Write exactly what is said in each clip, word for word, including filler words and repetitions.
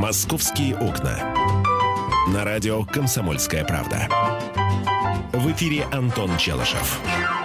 «Московские окна». На радио «Комсомольская правда». В эфире Антон Челышев.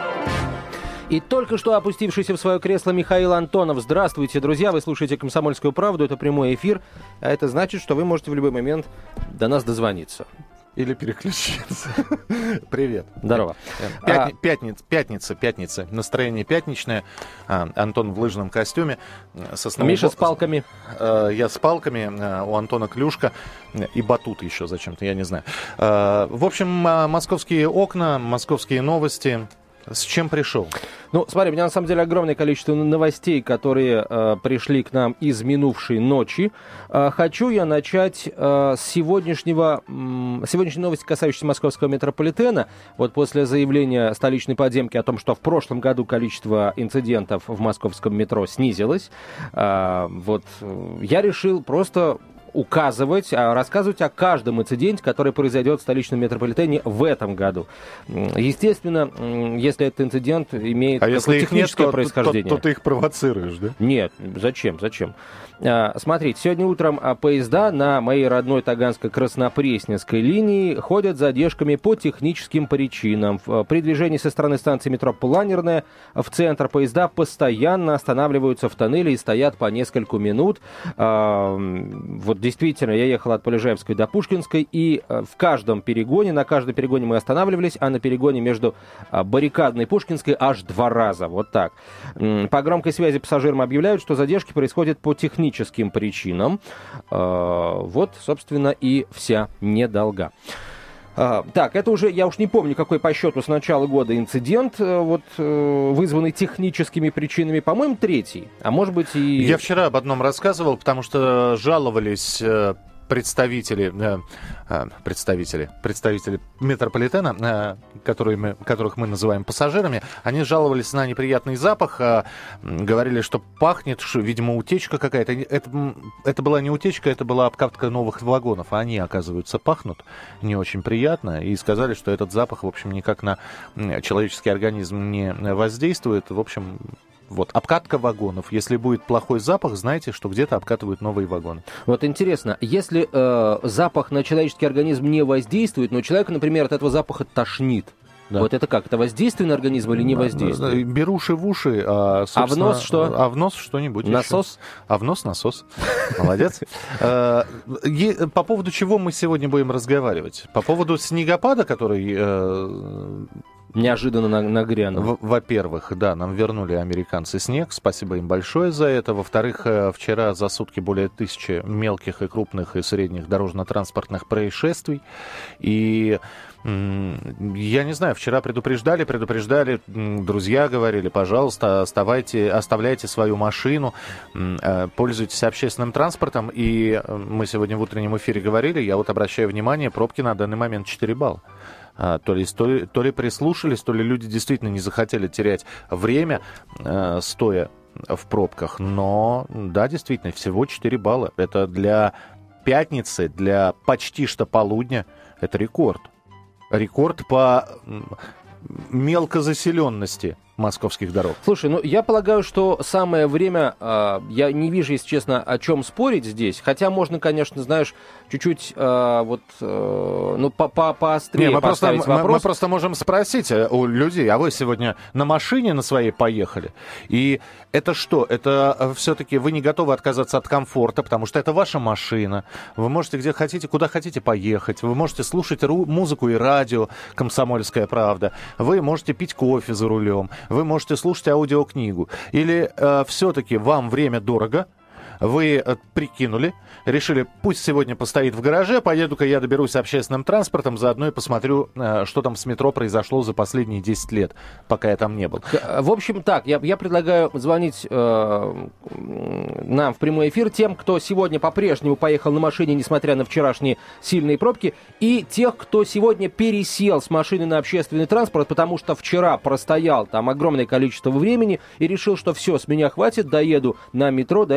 И только что опустившийся в свое кресло Михаил Антонов. Здравствуйте, друзья. Вы слушаете «Комсомольскую правду». Это прямой эфир. А это значит, что вы можете в любой момент до нас дозвониться. Или переключиться. Привет. Здорово. Пятни- а... Пятница, пятница, пятница. Настроение пятничное. А, Антон в лыжном костюме. Со сноубо... Миша с палками. А, я с палками. А, у Антона клюшка. И батут еще зачем-то, я не знаю. А, в общем, московские окна, московские новости. С чем пришел? Ну, смотри, у меня на самом деле огромное количество новостей, которые э, пришли к нам из минувшей ночи. Э, хочу я начать э, с сегодняшнего, э, сегодняшней новости, касающейся московского метрополитена. Вот после заявления столичной подземки о том, что в прошлом году количество инцидентов в московском метро снизилось, э, вот э, я решил просто указывать, рассказывать о каждом инциденте, который произойдет в столичном метрополитене в этом году. Естественно, если этот инцидент имеет а если их нет, то, происхождение. То, то, то ты их провоцируешь, да? Нет, зачем, зачем? Смотрите, сегодня утром поезда на моей родной Таганско-Краснопресненской линии ходят с задержками по техническим причинам. При движении со стороны станции метро Планерная в центр поезда постоянно останавливаются в тоннеле и стоят по несколько минут. Вот действительно, я ехал от Полежаевской до Пушкинской, и в каждом перегоне, на каждом перегоне мы останавливались, а на перегоне между Баррикадной и Пушкинской аж два раза. Вот так. По громкой связи пассажирам объявляют, что задержки происходят по техническим причинам. Вот, собственно, и вся недолга. Так, это уже, я уж не помню, какой по счету с начала года инцидент, вот, вызванный техническими причинами, по-моему, третий, а может быть и... Я вчера об одном рассказывал, потому что жаловались представители, представители, представители метрополитена, которые мы, которых мы называем пассажирами, они жаловались на неприятный запах, говорили, что пахнет, что, видимо, утечка какая-то. Это, это была не утечка, это была обкатка новых вагонов, а они, оказывается, пахнут не очень приятно, и сказали, что этот запах, в общем, никак на человеческий организм не воздействует. В общем... Вот, обкатка вагонов. Если будет плохой запах, знайте, что где-то обкатывают новые вагоны. Вот интересно, если э, запах на человеческий организм не воздействует, но человека, например, от этого запаха тошнит, да. Вот это как? Это воздействие на организм или не воздействие? Беруши в уши, а, а в нос что? А в нос что-нибудь насос? Еще. А в нос насос. Молодец. По поводу чего мы сегодня будем разговаривать? По поводу снегопада, который... Неожиданно нагрянул. Во-первых, да, нам вернули американцы снег, спасибо им большое за это. Во-вторых, вчера за сутки более тысячи мелких и крупных и средних дорожно-транспортных происшествий. И я не знаю, вчера предупреждали, предупреждали, друзья говорили, пожалуйста, оставайте, оставляйте свою машину, пользуйтесь общественным транспортом. И мы сегодня в утреннем эфире говорили, я вот обращаю внимание, пробки на данный момент четыре балла. А, то ли, то, ли, то ли прислушались, то ли люди действительно не захотели терять время, э, стоя в пробках. Но, да, действительно, всего четыре балла. Это для пятницы, для почти что полудня, это рекорд. Рекорд по мелкозаселенности московских дорог. Слушай, ну я полагаю, что самое время, э, я не вижу, если честно, о чем спорить здесь, хотя можно, конечно, знаешь, чуть-чуть э, вот, э, ну, по -по поострее не, мы поставить просто, вопрос. Мы, мы просто можем спросить у людей, а вы сегодня на машине на своей поехали? И это что? Это все-таки вы не готовы отказаться от комфорта, потому что это ваша машина. Вы можете где хотите, куда хотите поехать. Вы можете слушать ру- музыку и радио «Комсомольская правда». Вы можете пить кофе за рулем. Вы можете слушать аудиокнигу. Или э, все-таки вам время дорого, вы э, прикинули, решили, пусть сегодня постоит в гараже, поеду-ка я доберусь общественным транспортом, заодно и посмотрю, э, что там с метро произошло за последние десять лет, пока я там не был. В общем, так, я, я предлагаю звонить э, нам в прямой эфир тем, кто сегодня по-прежнему поехал на машине, несмотря на вчерашние сильные пробки, и тех, кто сегодня пересел с машины на общественный транспорт, потому что вчера простоял там огромное количество времени и решил, что все, с меня хватит, доеду на метро, доеду на общественный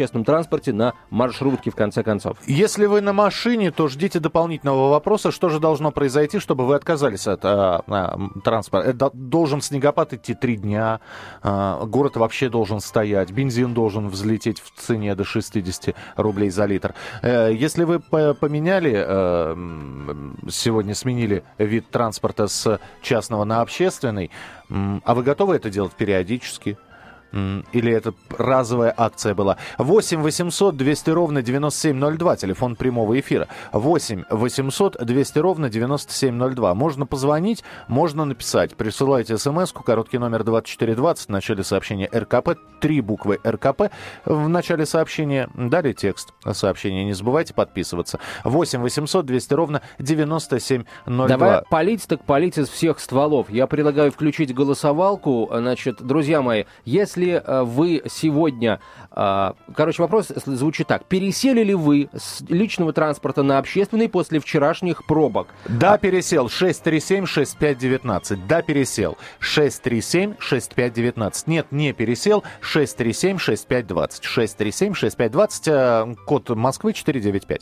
общественном транспорте на маршрутке, в конце концов. Если вы на машине, то ждите дополнительного вопроса, что же должно произойти, чтобы вы отказались от а, а, транспорта. Это должен снегопад идти три дня, а, город вообще должен стоять, бензин должен взлететь в цене до шестьдесят рублей за литр. А, если вы поменяли, а, сегодня сменили вид транспорта с частного на общественный, а вы готовы это делать периодически? Или это разовая акция была? восемь восемьсот двести ровно девяносто семь ноль два, телефон прямого эфира. восемь восемьсот двести ровно девяносто семь ноль два. Можно позвонить, можно написать. Присылайте смс-ку, короткий номер двадцать четыре двадцать, в начале сообщения РКП, три буквы РКП в начале сообщения. Далее текст сообщения. Не забывайте подписываться. восемь восемьсот двести ровно девяносто семь ноль два. Давай палить, так палить из всех стволов. Я предлагаю включить голосовалку. Значит, друзья мои, если Если вы сегодня... Короче, вопрос звучит так. Пересели ли вы с личного транспорта на общественный после вчерашних пробок? Да, пересел. шесть три семь шесть пять девятнадцать. Да, пересел. шесть три семь шесть пять девятнадцать. Нет, не пересел. шесть три семь шесть пять двадцать. шесть три семь шесть пять двадцать. Код Москвы четыре девять пять.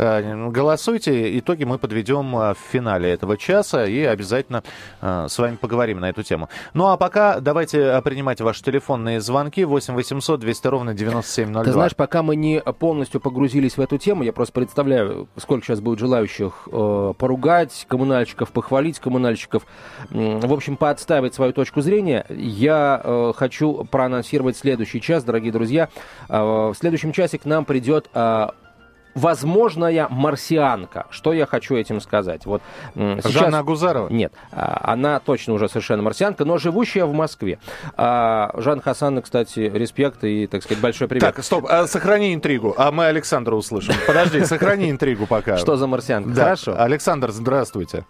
Голосуйте. Итоги мы подведем в финале этого часа и обязательно с вами поговорим на эту тему. Ну а пока давайте принимать ваши телефонные звонки. восемь восемьсот двести ровно девяносто семь ноль два. Ты знаешь, пока мы не полностью погрузились в эту тему, я просто представляю, сколько сейчас будет желающих э, поругать коммунальщиков, похвалить коммунальщиков, э, в общем, поотставить свою точку зрения. Я э, хочу проанонсировать следующий час, дорогие друзья. Э, в следующем часе к нам придет... Э, возможная марсианка. Что я хочу этим сказать? Вот сейчас... Жанна Агузарова? Нет, она точно уже совершенно марсианка, но живущая в Москве. Жанна Хасановна, кстати, респект и, так сказать, большой привет. Так, стоп, а, сохрани интригу, а мы Александра услышим. Подожди, сохрани интригу пока. Что за марсианка? Да. Хорошо. Александр, здравствуйте.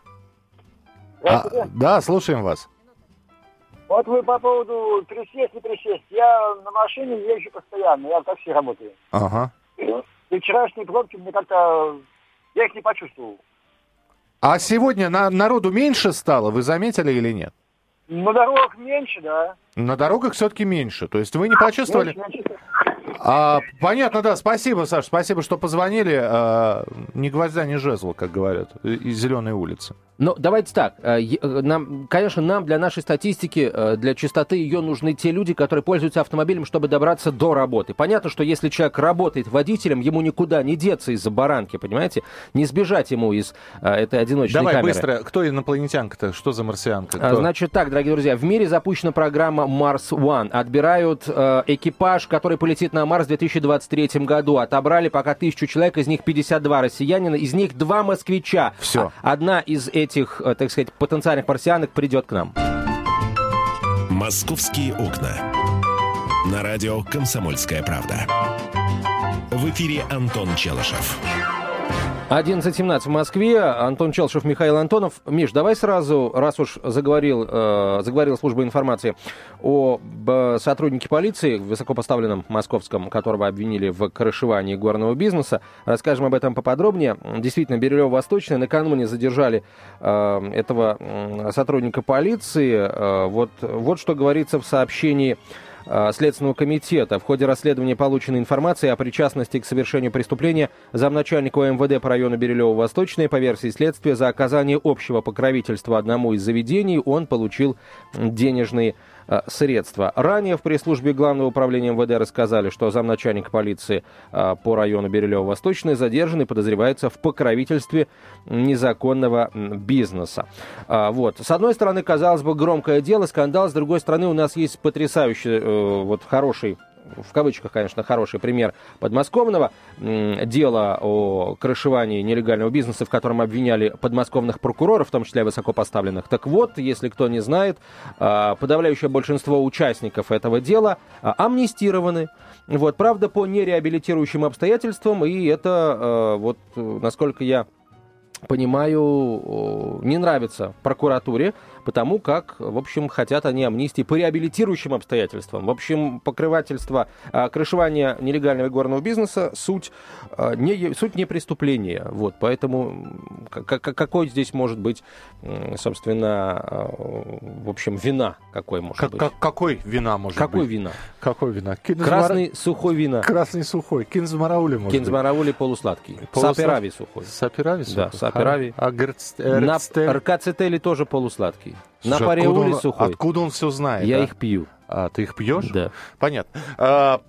А, да, слушаем вас. Вот вы по поводу присесть, не присесть. Я на машине езжу постоянно, я в такси работаю. Ага. И вчерашние пробки мне как-то... Я их не почувствовал. А сегодня на, народу меньше стало, вы заметили или нет? На дорогах меньше, да. На дорогах все-таки меньше, то есть вы не почувствовали? Меньше, меньше. А, понятно, да, спасибо, Саш, спасибо, что позвонили. А, ни гвоздя, ни жезла, как говорят, из Зеленой улицы. Ну, давайте так. Нам, конечно, нам для нашей статистики, для чистоты ее нужны те люди, которые пользуются автомобилем, чтобы добраться до работы. Понятно, что если человек работает водителем, ему никуда не деться из-за баранки, понимаете? Не сбежать ему из этой одиночной Давай камеры. быстро, кто инопланетянка-то? Что за марсианка? Кто? Значит так, дорогие друзья, в мире запущена программа Mars One. Отбирают э, экипаж, который полетит на Марс в две тысячи двадцать третьем году. Отобрали пока тысячу человек, из них пятьдесят два россиянина, из них два москвича. Все. Одна из этих, э, так сказать, потенциальных марсианок придет к нам. «Московские окна». На радио «Комсомольская правда». В эфире Антон Челышев. одиннадцать семнадцать в Москве. Антон Челшев, Михаил Антонов. Миш, давай сразу, раз уж заговорил, э, заговорила служба информации о э, сотруднике полиции, высокопоставленном московском, которого обвинили в крышевании горного бизнеса, расскажем об этом поподробнее. Действительно, Бирюлево-Восточный накануне задержали э, этого э, сотрудника полиции. Э, вот, вот что говорится в сообщении Следственного комитета. В ходе расследования полученной информации о причастности к совершению преступления замначальника МВД по району Бирюлево-Восточный по версии следствия за оказание общего покровительства одному из заведений он получил денежные э, средства. Ранее в пресс-службе Главного управления МВД рассказали, что замначальник полиции э, по району Бирюлево-Восточный задержан и подозревается в покровительстве незаконного бизнеса. А, вот. С одной стороны, казалось бы, громкое дело, скандал, с другой стороны, у нас есть потрясающий, э, вот хороший, в кавычках, конечно, хороший пример подмосковного м, дела о крышевании нелегального бизнеса, в котором обвиняли подмосковных прокуроров, в том числе высокопоставленных. Так вот, если кто не знает, э, подавляющее большинство участников этого дела э, амнистированы. Вот, правда, по нереабилитирующим обстоятельствам, и это, э, вот, насколько я понимаю, не нравится прокуратуре, потому как, в общем, хотят они амнистии по реабилитирующим обстоятельствам. В общем, покрывательство, крышевание нелегального горного бизнеса суть не, суть не преступление. Вот, поэтому какой здесь может быть, собственно, в общем, вина? Какой может как, быть? Как, какой вина может какой быть? Вина? Какой вина? Кинзмар... Красный сухой вина. Красный сухой. Кинзмараули, может Кинзмараули полусладкий. Полуслад... Саперави сухой. Саперави сухой? Да, саперави. А, а герц... На Ркацетели тоже полусладкий. Слушай, на пареуле он, сухой. Откуда он все знает? Я а? их пью. А, ты их пьешь? Да. Понятно. А,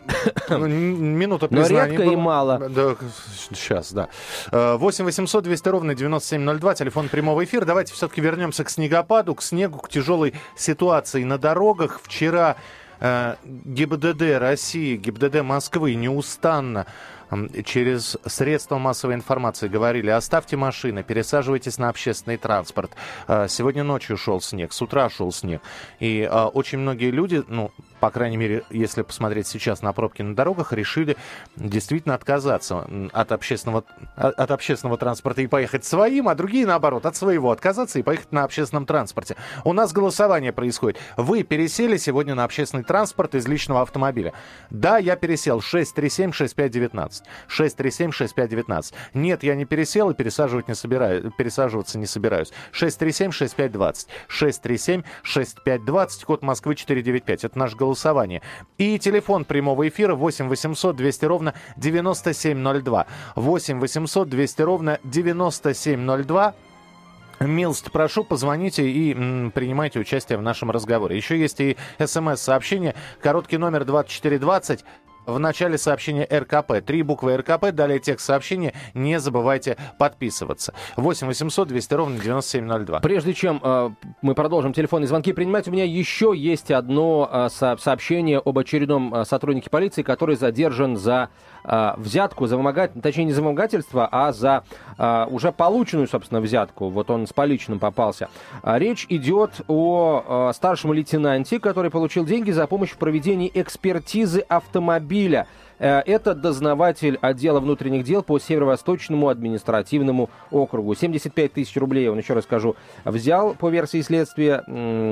минута признания. Но редко и мало. Да, сейчас, да. восемь восемьсот двести ровно девяносто семь ноль два, телефон прямого эфира. Давайте все-таки вернемся к снегопаду, к снегу, к тяжелой ситуации на дорогах. Вчера э, ГИБДД России, ГИБДД Москвы неустанно через средства массовой информации говорили: оставьте машины, пересаживайтесь на общественный транспорт. Сегодня ночью шел снег, с утра шел снег. И а, очень многие люди, ну, по крайней мере, если посмотреть сейчас на пробки на дорогах, решили действительно отказаться от общественного, от общественного транспорта и поехать своим, а другие, наоборот, от своего отказаться и поехать на общественном транспорте. У нас голосование происходит. Вы пересели сегодня на общественный транспорт из личного автомобиля? Да, я пересел. шесть три семь шесть пять девятнадцать. шесть три семь шесть пять девятнадцать. Нет, я не пересел и пересаживать не собираюсь, пересаживаться не собираюсь. шесть три семь шесть пять двадцать. шесть три семь шесть пять двадцать, код Москвы четыреста девяносто пять. Это наш голосование. И телефон прямого эфира восемь восемьсот двести ровно девяносто семь ноль два. восемь восемьсот двести ровно девяносто семь ноль два. Милость прошу, позвоните и м, принимайте участие в нашем разговоре. Еще есть и смс-сообщение. Короткий номер двадцать четыре двадцать. В начале сообщения РКП. Три буквы РКП, далее текст сообщения. Не забывайте подписываться. восемь восемьсот двести ровно девяносто семь ноль два. Прежде чем э, мы продолжим телефонные звонки принимать, у меня еще есть одно э, со- сообщение об очередном э, сотруднике полиции, который задержан за э, взятку, за вымогательство, точнее не за вымогательство, а за э, уже полученную, собственно, взятку. Вот он с поличным попался. А речь идет о э, старшем лейтенанте, который получил деньги за помощь в проведении экспертизы автомобиля. Это дознаватель отдела внутренних дел по Северо-Восточному административному округу. семьдесят пять тысяч рублей, он, еще раз скажу, взял по версии следствия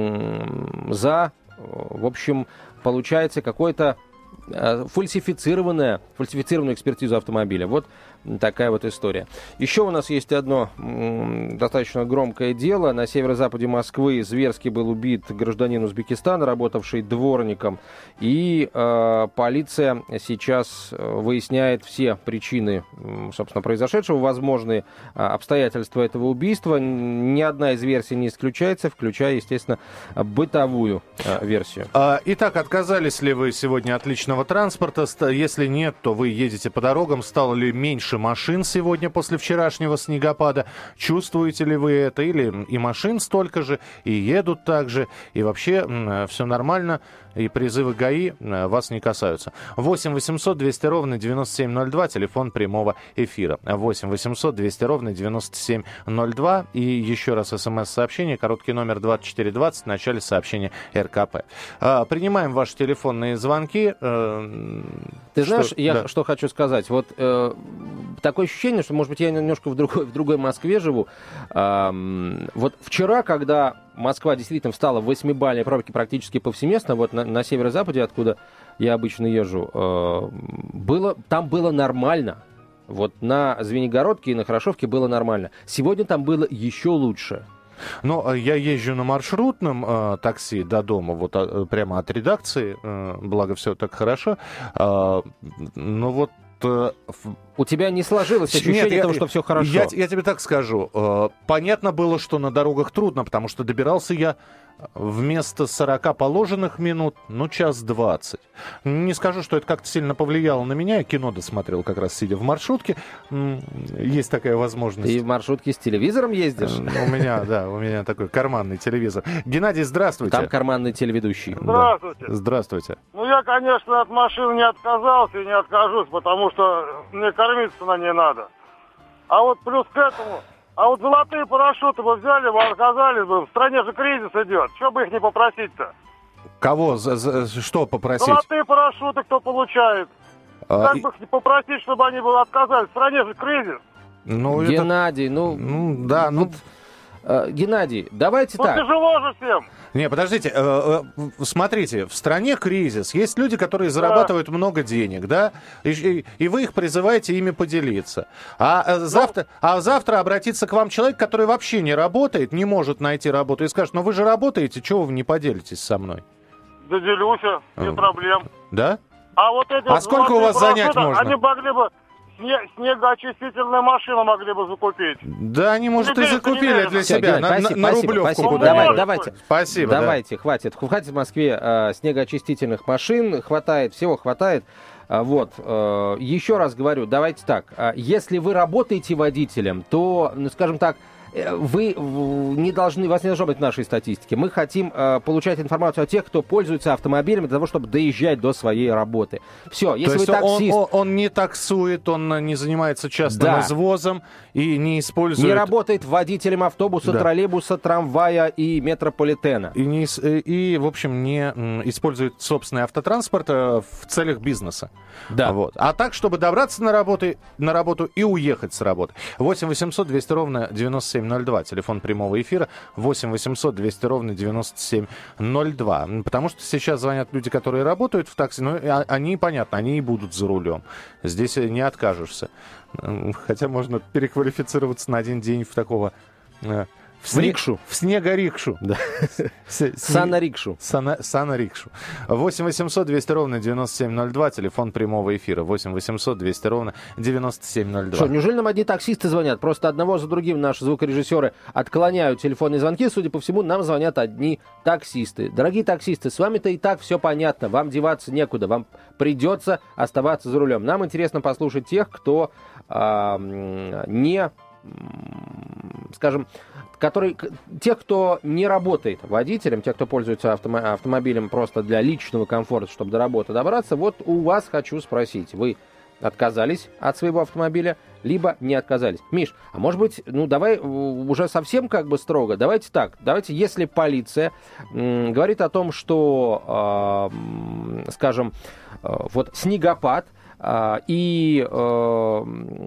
за, в общем, получается, какое-то фальсифицированная, фальсифицированную экспертизу автомобиля. Вот такая вот история. Еще у нас есть одно м, достаточно громкое дело. На северо-западе Москвы зверски был убит гражданин Узбекистана, работавший дворником. И э, полиция сейчас выясняет все причины, собственно, произошедшего, возможные э, обстоятельства этого убийства. Ни одна из версий не исключается, включая, естественно, бытовую э, версию. Итак, отказались ли вы сегодня от личного транспорта? Если нет, то вы едете по дорогам. Стало ли меньше машин сегодня после вчерашнего снегопада? Чувствуете ли вы это? Или и машин столько же, и едут так же, и вообще м, все нормально, и призывы ГАИ м, вас не касаются. восемь восемьсот двести ровно девяносто семь ноль два, телефон прямого эфира. восемь восемьсот двести ровно девяносто семь ноль два. И еще раз смс-сообщение, короткий номер двадцать четыре двадцать, в начале сообщения РКП. А, принимаем ваши телефонные звонки. Ты знаешь, что, я да. что хочу сказать. Вот э, такое ощущение, что, может быть, я немножко в другой, в другой Москве живу. Э, вот вчера, когда Москва действительно встала в восьмибалльной пробке практически повсеместно, вот на, на северо-западе, откуда я обычно езжу, э, было, там было нормально. Вот на Звенигородке и на Хорошевке было нормально. Сегодня там было еще лучше. Но я езжу на маршрутном э, такси до дома, вот а, прямо от редакции, э, благо все так хорошо. Э, но вот... Э, У тебя не сложилось ощущение Нет, я, того, что все хорошо? Я, я тебе так скажу. Э, понятно было, что на дорогах трудно, потому что добирался я вместо сорока положенных минут, ну, час двадцать. Не скажу, что это как-то сильно повлияло на меня. Я кино досмотрел как раз, сидя в маршрутке. Есть такая возможность. Ты в маршрутке с телевизором ездишь? У меня, да, у меня такой карманный телевизор. Геннадий, здравствуйте. Там карманный телеведущий. Здравствуйте. Да. Здравствуйте. Ну, я, конечно, от машины не отказался и не откажусь, потому что мне кормиться на ней надо. А вот плюс к этому... А вот золотые парашюты бы взяли бы, отказались бы. В стране же кризис идет. Чего бы их не попросить-то? Кого? За, за, что попросить? Золотые парашюты кто получает? А, как и... бы их не попросить, чтобы они бы отказались? В стране же кризис. Ну, Геннадий, это... ну... ну... Да, ну... Вот, Геннадий, давайте Ну, так. тяжело же всем. Не, подождите, э, э, смотрите, в стране кризис, есть люди, которые зарабатывают да. много денег, да, и, и, и вы их призываете ими поделиться. А, а, завтра, а завтра обратится к вам человек, который вообще не работает, не может найти работу, и скажет, ну вы же работаете, чего вы не поделитесь со мной? Да делюсь, без а, проблем. Да? А вот эти А вот сколько у вас занять можно? Они могли бы... Снегоочистительную машину могли бы закупить. Да, они, может, и закупили для Все, себя. Геннадий, на, спасибо, на спасибо, Рублевку. спасибо. Куда? Давай, давайте. Спасибо. Давайте, да. хватит. Хватит в Москве э, снегоочистительных машин. Хватает, всего хватает. А, вот. Э, еще раз говорю, давайте так. Э, если вы работаете водителем, то, ну, скажем так, вы не должны, вас не должно быть в нашей статистике. Мы хотим э, получать информацию о тех, кто пользуется автомобилем для того, чтобы доезжать до своей работы. Все, если То вы таксист... Он, он, он не таксует, он не занимается частным да. извозом и не использует... Не работает водителем автобуса, да. троллейбуса, трамвая и метрополитена. И, не, и, в общем, не использует собственный автотранспорт в целях бизнеса. Да. Вот. А так, чтобы добраться на работу, на работу и уехать с работы. восемь восемьсот двести ровно девяносто семь ноль два. Телефон прямого эфира восемь восемьсот двести ровно девяносто семь ноль два. Потому что сейчас звонят люди, которые работают в такси, но они, понятно, они и будут за рулем. Здесь не откажешься. Хотя можно переквалифицироваться на один день в такого... В, снег... рикшу. В снегорикшу. Да. Санорикшу. Санорикшу. восемь восемьсот двести ровно девяносто семь ноль два. Телефон прямого эфира. восемь восемьсот двести ровно девяносто семь ноль два. Что, неужели нам одни таксисты звонят? Просто одного за другим наши звукорежиссеры отклоняют телефонные звонки. Судя по всему, нам звонят одни таксисты. Дорогие таксисты, с вами-то и так все понятно. Вам деваться некуда. Вам придется оставаться за рулем. Нам интересно послушать тех, кто э, не... скажем, который, тех, кто не работает водителем, тех, кто пользуется автомо- автомобилем просто для личного комфорта, чтобы до работы добраться, вот у вас хочу спросить, вы отказались от своего автомобиля, либо не отказались? Миш, а может быть, ну давай уже совсем как бы строго, давайте так, давайте, если полиция м- говорит о том, что, э, скажем, э, вот снегопад э, и э,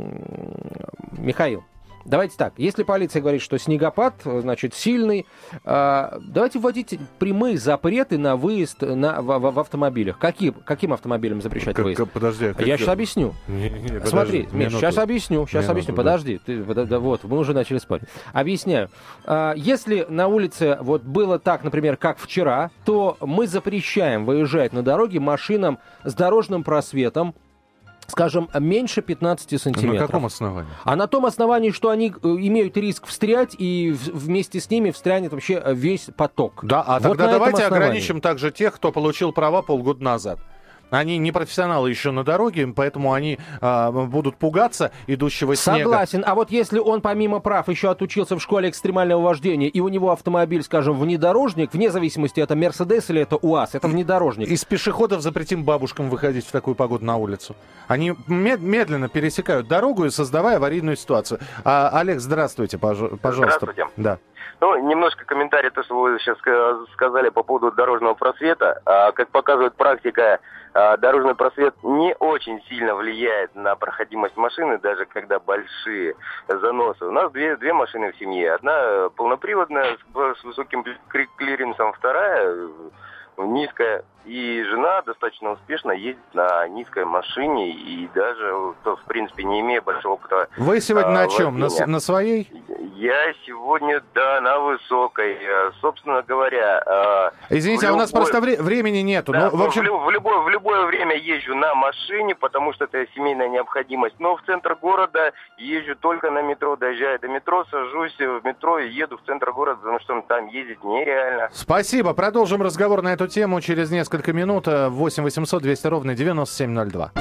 Михаил, давайте так, если полиция говорит, что снегопад, значит, сильный, э, давайте вводить прямые запреты на выезд на, в, в, в автомобилях. Какие, каким автомобилям запрещать как, выезд? Подожди. Как Я сейчас объясню. Не, не, подожди, Смотри, Миш, сейчас объясню, сейчас минуту, объясню. да. Подожди, ты, да, да, вот, мы уже начали спорить. Объясняю. Э, если на улице вот было так, например, как вчера, то мы запрещаем выезжать на дороге машинам с дорожным просветом, скажем, меньше пятнадцати сантиметров. На каком основании? А на том основании, что они имеют риск встрять, и вместе с ними встрянет вообще весь поток. Да, а вот тогда давайте основании. ограничим также тех, кто получил права полгода назад. Они не профессионалы еще на дороге, поэтому они а, будут пугаться идущего снега. Согласен. А вот если он помимо прав еще отучился в школе экстремального вождения, и у него автомобиль, скажем, внедорожник, вне зависимости, это Мерседес или это УАЗ, это внедорожник. Из пешеходов запретим бабушкам выходить в такую погоду на улицу. Они мед- медленно пересекают дорогу и создавая аварийную ситуацию. А, Олег, здравствуйте, пож- пожалуйста. Здравствуйте. Да. Ну, немножко комментарий, то, что вы сейчас сказали по поводу дорожного просвета. Как показывает практика, дорожный просвет не очень сильно влияет на проходимость машины, даже когда большие заносы. У нас две, две машины в семье. Одна полноприводная с высоким клиренсом, вторая низкая. И жена достаточно успешно ездит на низкой машине и даже, в принципе, не имея большого опыта. Вы сегодня а, на чем? На, на своей? Я сегодня, да, на высокой. Собственно говоря... Извините, а любой... у нас просто вре- времени нету. Да, ну, в, общем... в, в, любое, в любое время езжу на машине, потому что это семейная необходимость. Но в центр города езжу только на метро. Доезжаю до метро, сажусь в метро и еду в центр города, потому что там ездить нереально. Спасибо. Продолжим разговор на эту тему через несколько Несколько минут. восемь восемьсот двести ровно девяносто семь ноль два.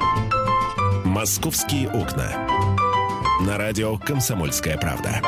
«Московские окна». На радио «Комсомольская правда».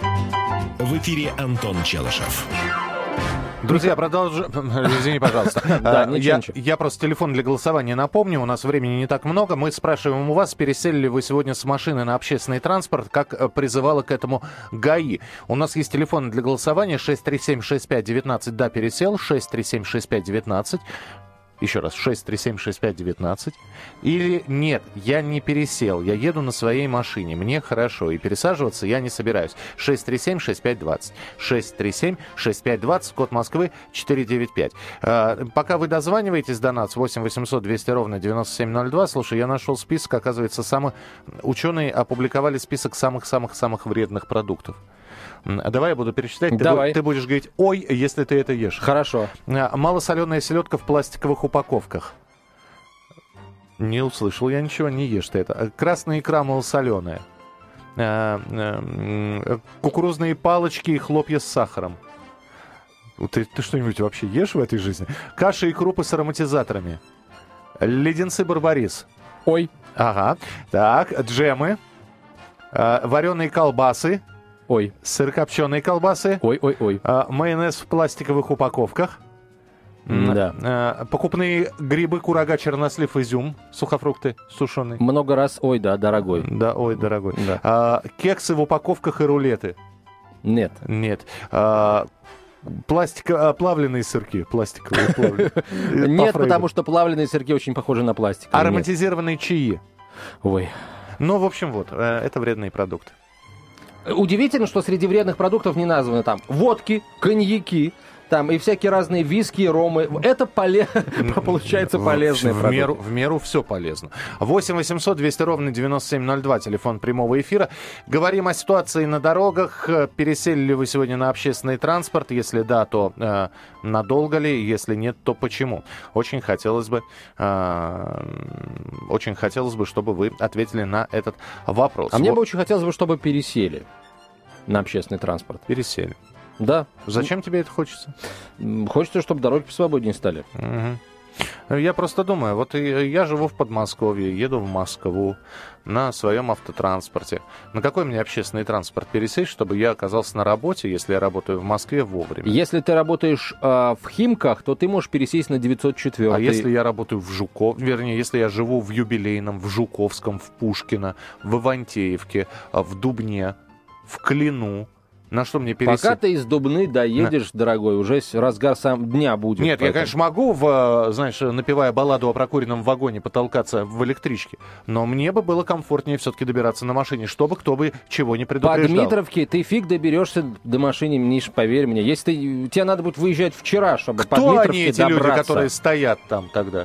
В эфире Антон Челышев. Друзья, продолжим. Извини, пожалуйста. Да, я, ничего. я просто телефон для голосования напомню. У нас времени не так много. Мы спрашиваем у вас, пересели ли вы сегодня с машины на общественный транспорт, как призывала к этому ГАИ. У нас есть телефон для голосования шесть три семь шесть пять девятнадцать. Да, пересел. шесть три семь шесть пять девятнадцать. Еще раз, шесть три семь шесть пять один девять. Или нет, я не пересел, я еду на своей машине, мне хорошо, и пересаживаться я не собираюсь. шесть три семь шесть пять два ноль. шесть три семь шесть пять два ноль, код Москвы четыре девять пять. А, пока вы дозваниваетесь до нас, восемь восемьсот двести ровно девяносто семь ноль два. Слушай, я нашел список, оказывается, самых... ученые опубликовали список самых-самых-самых вредных продуктов. Давай я буду перечислять. Давай. Ты, ты будешь говорить «ой», если ты это ешь. Хорошо. Малосоленая селедка в пластиковых упаковках. Не услышал я ничего, не ешь ты это. Красная икра малосоленая. Кукурузные палочки и хлопья с сахаром. Ты, ты что-нибудь вообще ешь в этой жизни? Каша и крупы с ароматизаторами. Леденцы Барбарис. Ой. Ага. Так, джемы. Вареные колбасы. Ой. Сырокопченые колбасы. Ой-ой-ой. Майонез в пластиковых упаковках. Да. Покупные грибы, курага, чернослив, изюм, сухофрукты сушеные. Много раз, ой, да, дорогой. Да, ой, дорогой. Да. А, кексы в упаковках и рулеты. Нет. Нет. А, пластик, а, плавленые сырки. Пластиковые плавленые. Нет, потому что плавленые сырки очень похожи на пластик. Ароматизированные чаи. Ой. Ну, в общем, вот, это вредные продукты. Удивительно, что среди вредных продуктов не названы там водки, коньяки, там и всякие разные виски, ромы. Это поле... получается полезный в продукт. Меру, в меру все полезно. восемь восемьсот двести ровно девяносто семь ноль два, телефон прямого эфира. Говорим о ситуации на дорогах. Пересели ли вы сегодня на общественный транспорт? Если да, то э, надолго ли? Если нет, то почему? Очень хотелось бы, э, очень хотелось бы, чтобы вы ответили на этот вопрос. А мне вот. бы очень хотелось бы, чтобы пересели на общественный транспорт. Пересели. Да. Зачем тебе это хочется? Хочется, чтобы дороги посвободнее стали. Угу. Я просто думаю, вот я живу в Подмосковье, еду в Москву на своем автотранспорте. На какой мне общественный транспорт пересесть, чтобы я оказался на работе, если я работаю в Москве, вовремя? Если ты работаешь э, в Химках, то ты можешь пересесть на девятьсот четыре. А если я работаю в Жуков, вернее, если я живу в Юбилейном, в Жуковском, в Пушкино, в Ивантеевке, в Дубне, в Клину, на что мне пересесть? Пока ты из Дубны доедешь, на... дорогой, уже разгар сам дня будет. Нет, поэтому... я, конечно, могу, в, знаешь, напевая балладу о прокуренном вагоне, потолкаться в электричке, но мне бы было комфортнее все-таки добираться на машине, чтобы кто бы чего не предупреждал. По Дмитровке ты фиг доберешься до машины, Миш, поверь мне. Если ты, тебе надо будет выезжать вчера, чтобы кто по Дмитровке они, эти добраться. люди, которые стоят там тогда?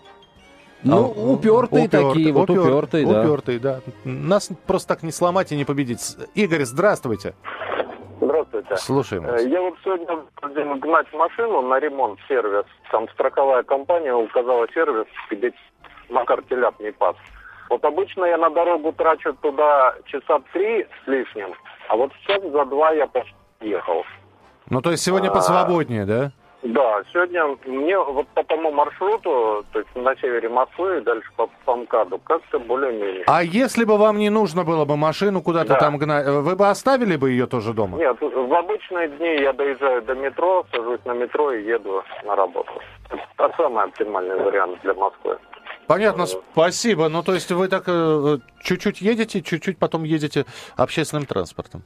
Ну, а, упертые упер, такие, вот упер, упертые, да. Упертые, да. Нас просто так не сломать и не победить. Игорь, здравствуйте. Здравствуйте. Слушаем вас. Я вот сегодня хотел гнать машину на ремонт в сервис. Там страховая компания указала сервис, где Макар Теляп не пас. Вот обычно я на дорогу трачу туда часа три с лишним, а вот сейчас за два я почти ехал. Ну, то есть сегодня а, посвободнее, да? Да, сегодня мне вот по тому маршруту, то есть на севере Москвы и дальше по, по МКАДу, как-то более-менее. А если бы вам не нужно было бы машину куда-то да. там гнать, вы бы оставили бы ее тоже дома? Нет, в обычные дни я доезжаю до метро, сажусь на метро и еду на работу. Это самый оптимальный вариант для Москвы. Понятно, спасибо. Ну, то есть вы так э, чуть-чуть едете, чуть-чуть потом едете общественным транспортом.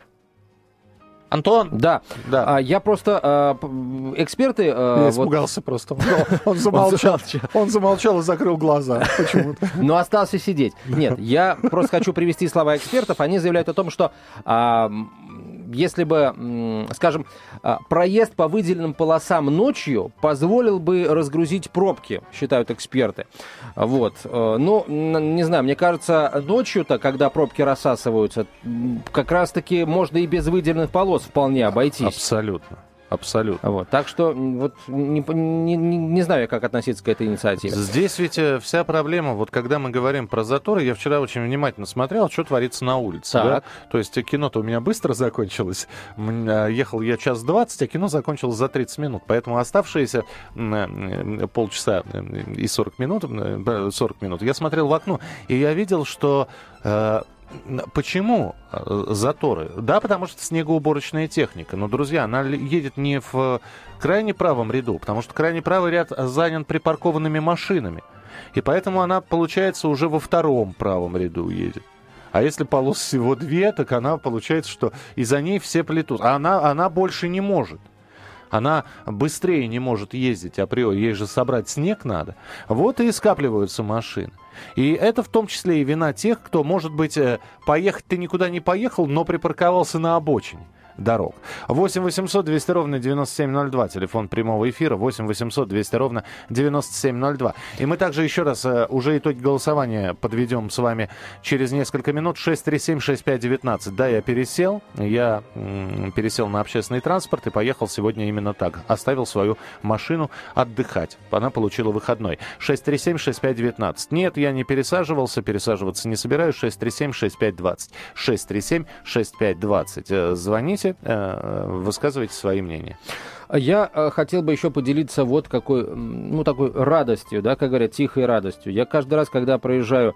Антон? Да. да. А, я просто... А, эксперты... А, я испугался вот... просто. Он замолчал. Он замолчал и закрыл глаза почему-то. Но остался сидеть. Нет, я просто хочу привести слова экспертов. Они заявляют о том, что а, если бы, скажем, проезд по выделенным полосам ночью позволил бы разгрузить пробки, считают эксперты. Вот. Ну, не знаю, мне кажется, ночью-то, когда пробки рассасываются, как раз-таки можно и без выделенных полос вполне обойтись. Абсолютно. Абсолютно. Вот. Так что вот не, не, не знаю, как относиться к этой инициативе. Здесь ведь вся проблема, вот когда мы говорим про заторы, я вчера очень внимательно смотрел, что творится на улице. Да? То есть кино-то у меня быстро закончилось. Ехал я час двадцать, а кино закончилось за тридцать минут. Поэтому оставшиеся полчаса и сорок минут, сорок минут я смотрел в окно, и я видел, что... Почему заторы? Да, потому что снегоуборочная техника. Но, друзья, она едет не в крайне правом ряду, потому что крайне правый ряд занят припаркованными машинами. И поэтому она, получается, уже во втором правом ряду едет. А если полос всего две, так она получается, что и за ней все плетут. А она, она больше не может. она быстрее не может ездить априори, ей же собрать снег надо. Вот и скапливаются машины. И это в том числе и вина тех, кто, может быть, поехать ты никуда не поехал, но припарковался на обочине дорог. восемь восемьсот двести ровно девяносто семь ноль два, телефон прямого эфира, восемь восемьсот двести ровно девяносто семь ноль два. И мы также еще раз э, уже итоги голосования подведем с вами через несколько минут. шесть три семь шесть пять девятнадцать. Да, я пересел, я м- пересел на общественный транспорт и поехал сегодня именно так. Оставил свою машину отдыхать. Она получила выходной. шесть три семь шесть пять девятнадцать. Нет, я не пересаживался, пересаживаться не собираюсь. шесть три семь шесть пять двадцать. шесть три семь шесть пять двадцать. Э, звоните. Высказывайте свои мнения. Я э, хотел бы еще поделиться вот какой, ну, такой радостью, да, как говорят, тихой радостью. Я каждый раз, когда проезжаю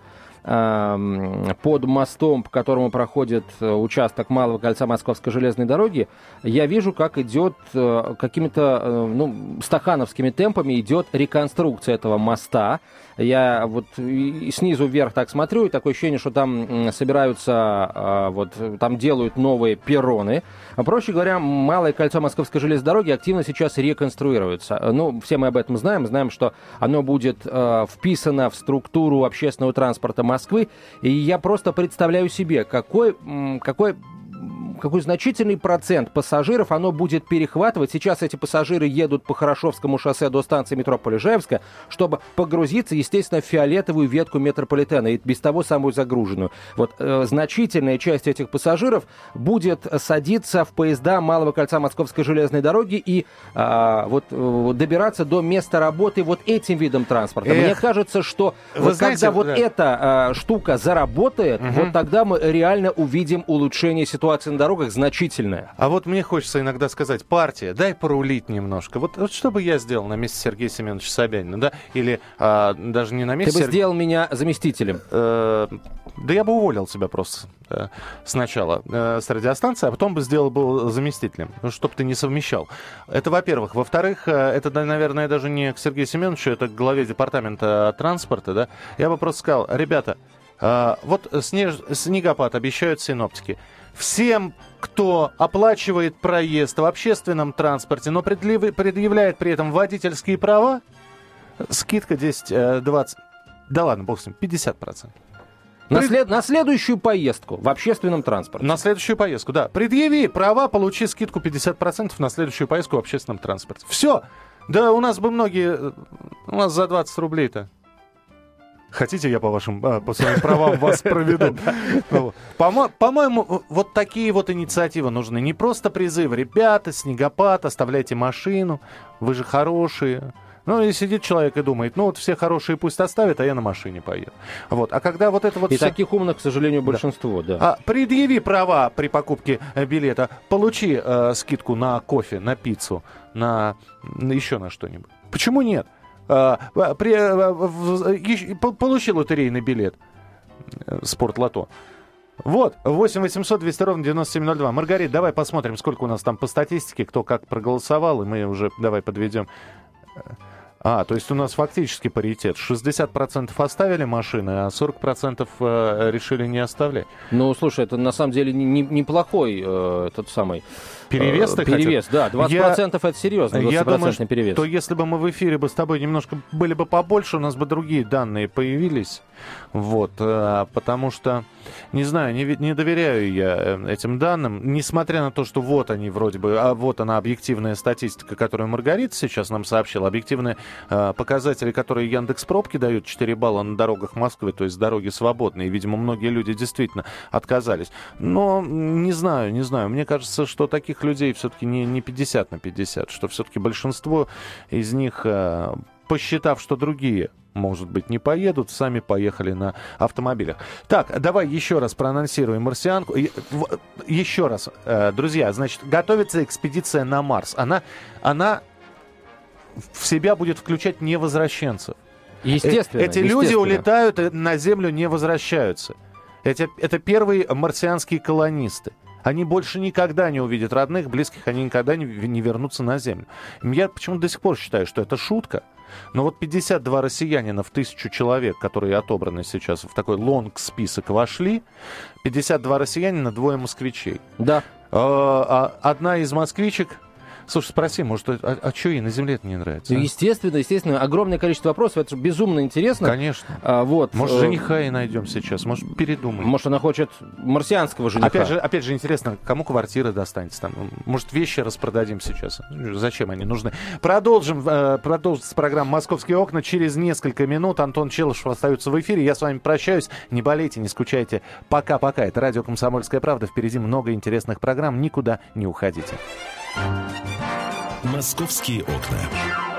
э, под мостом, по которому проходит участок Малого кольца Московской железной дороги, я вижу, как идет э, какими-то, э, ну, стахановскими темпами идет реконструкция этого моста. Я вот и снизу вверх так смотрю, и такое ощущение, что там собираются, вот там делают новые перроны. Проще говоря, Малое кольцо Московской железной дороги активно сейчас реконструируется. Ну, все мы об этом знаем, знаем, что оно будет э, вписано в структуру общественного транспорта Москвы. И я просто представляю себе, какой, какой какой значительный процент пассажиров оно будет перехватывать. Сейчас эти пассажиры едут по Хорошевскому шоссе до станции метро Полежаевская, чтобы погрузиться, естественно, в фиолетовую ветку метрополитена, и без того самую загруженную. Вот э, значительная часть этих пассажиров будет садиться в поезда Малого кольца Московской железной дороги и э, вот, э, добираться до места работы вот этим видом транспорта. Эх, мне кажется, что вот знаете, когда вот да. эта э, штука заработает, угу. вот тогда мы реально увидим улучшение ситуации на дорогах значительное. А вот мне хочется иногда сказать, партия, дай порулить немножко. Вот, вот что бы я сделал на месте Сергея Семеновича Собянина, да? Или а, даже не на месте... Ты бы Серг... сделал меня заместителем. Э, да я бы уволил тебя просто э, сначала э, с радиостанции, а потом бы сделал бы заместителем, чтобы ты не совмещал. Это, во-первых. Во-вторых, э, это, наверное, даже не к Сергею Семеновичу, это к главе департамента транспорта, да? Я бы просто сказал, ребята, э, вот снеж... снегопад обещают синоптики. Всем, кто оплачивает проезд в общественном транспорте, но предъявляет при этом водительские права, скидка десять-двадцать, да ладно, бог с ним, пятьдесят процентов. На, след... на следующую поездку в общественном транспорте. На следующую поездку, да. Предъяви права, получи скидку пятьдесят процентов на следующую поездку в общественном транспорте. Все. Да у нас бы многие... У нас за двадцать рублей-то. Хотите, я по вашим, по своим правам вас проведу? По-моему, вот такие вот инициативы нужны. Не просто призывы. Ребята, снегопад, оставляйте машину. Вы же хорошие. Ну, и сидит человек и думает, ну, вот все хорошие пусть оставят, а я на машине поеду. Вот. А когда вот это вот... И все... таких умных, к сожалению, большинство, да. да. А, предъяви права при покупке билета. Получи э, скидку на кофе, на пиццу, на, на еще на что-нибудь. Почему нет? При, получил лотерейный билет Спортлото. Вот, восемь восемьсот двести ровно девяносто семь ноль два. Маргарит, давай посмотрим, сколько у нас там по статистике, кто как проголосовал, и мы уже давай подведем. А, то есть у нас фактически паритет. шестьдесят процентов оставили машины, а сорок процентов э, решили не оставлять. Ну, слушай, это на самом деле не, не, неплохой э, тот самый... Перевес ты Перевес, хотел? да. двадцать процентов я, это серьезно, двадцать процентов я думаю, перевес. То если бы мы в эфире бы с тобой немножко были бы побольше, у нас бы другие данные появились. Вот, потому что, не знаю, не, не доверяю я этим данным, несмотря на то, что вот они вроде бы, а вот она объективная статистика, которую Маргарита сейчас нам сообщила, объективные э, показатели, которые Яндекс.Пробки дают четыре балла на дорогах Москвы, то есть дороги свободные, видимо, многие люди действительно отказались. Но не знаю, не знаю, мне кажется, что таких людей все-таки не, не пятьдесят на пятьдесят, что все-таки большинство из них, э, посчитав, что другие, может быть, не поедут, сами поехали на автомобилях. Так, давай еще раз проанонсируем марсианку. Еще раз, друзья, значит, готовится экспедиция на Марс. Она, она в себя будет включать невозвращенцев. Естественно. Эти естественно. люди улетают и на Землю не возвращаются. Эти, это первые марсианские колонисты. Они больше никогда не увидят родных, близких, они никогда не, не вернутся на Землю. Я почему-то до сих пор считаю, что это шутка. Но вот пятьдесят два россиянина в тысячу человек, которые отобраны сейчас в такой лонг-список, вошли. пятьдесят два россиянина, двое москвичей. Да. Одна из москвичек Слушай, спроси, может, а, а что ей на земле это не нравится? А? Естественно, естественно. Огромное количество вопросов. Это же безумно интересно. Конечно. А, вот. Может, жениха и найдем сейчас. Может, передумаем. Может, она хочет марсианского жениха. Опять же, опять же, интересно, кому квартира достанется там? Может, вещи распродадим сейчас? Зачем они нужны? Продолжим. Э, продолжится программа «Московские окна». Через несколько минут Антон Челышев остается в эфире. Я с вами прощаюсь. Не болейте, не скучайте. Пока-пока. Это радио «Комсомольская правда». Впереди много интересных программ. Никуда не уходите. «Московские окна».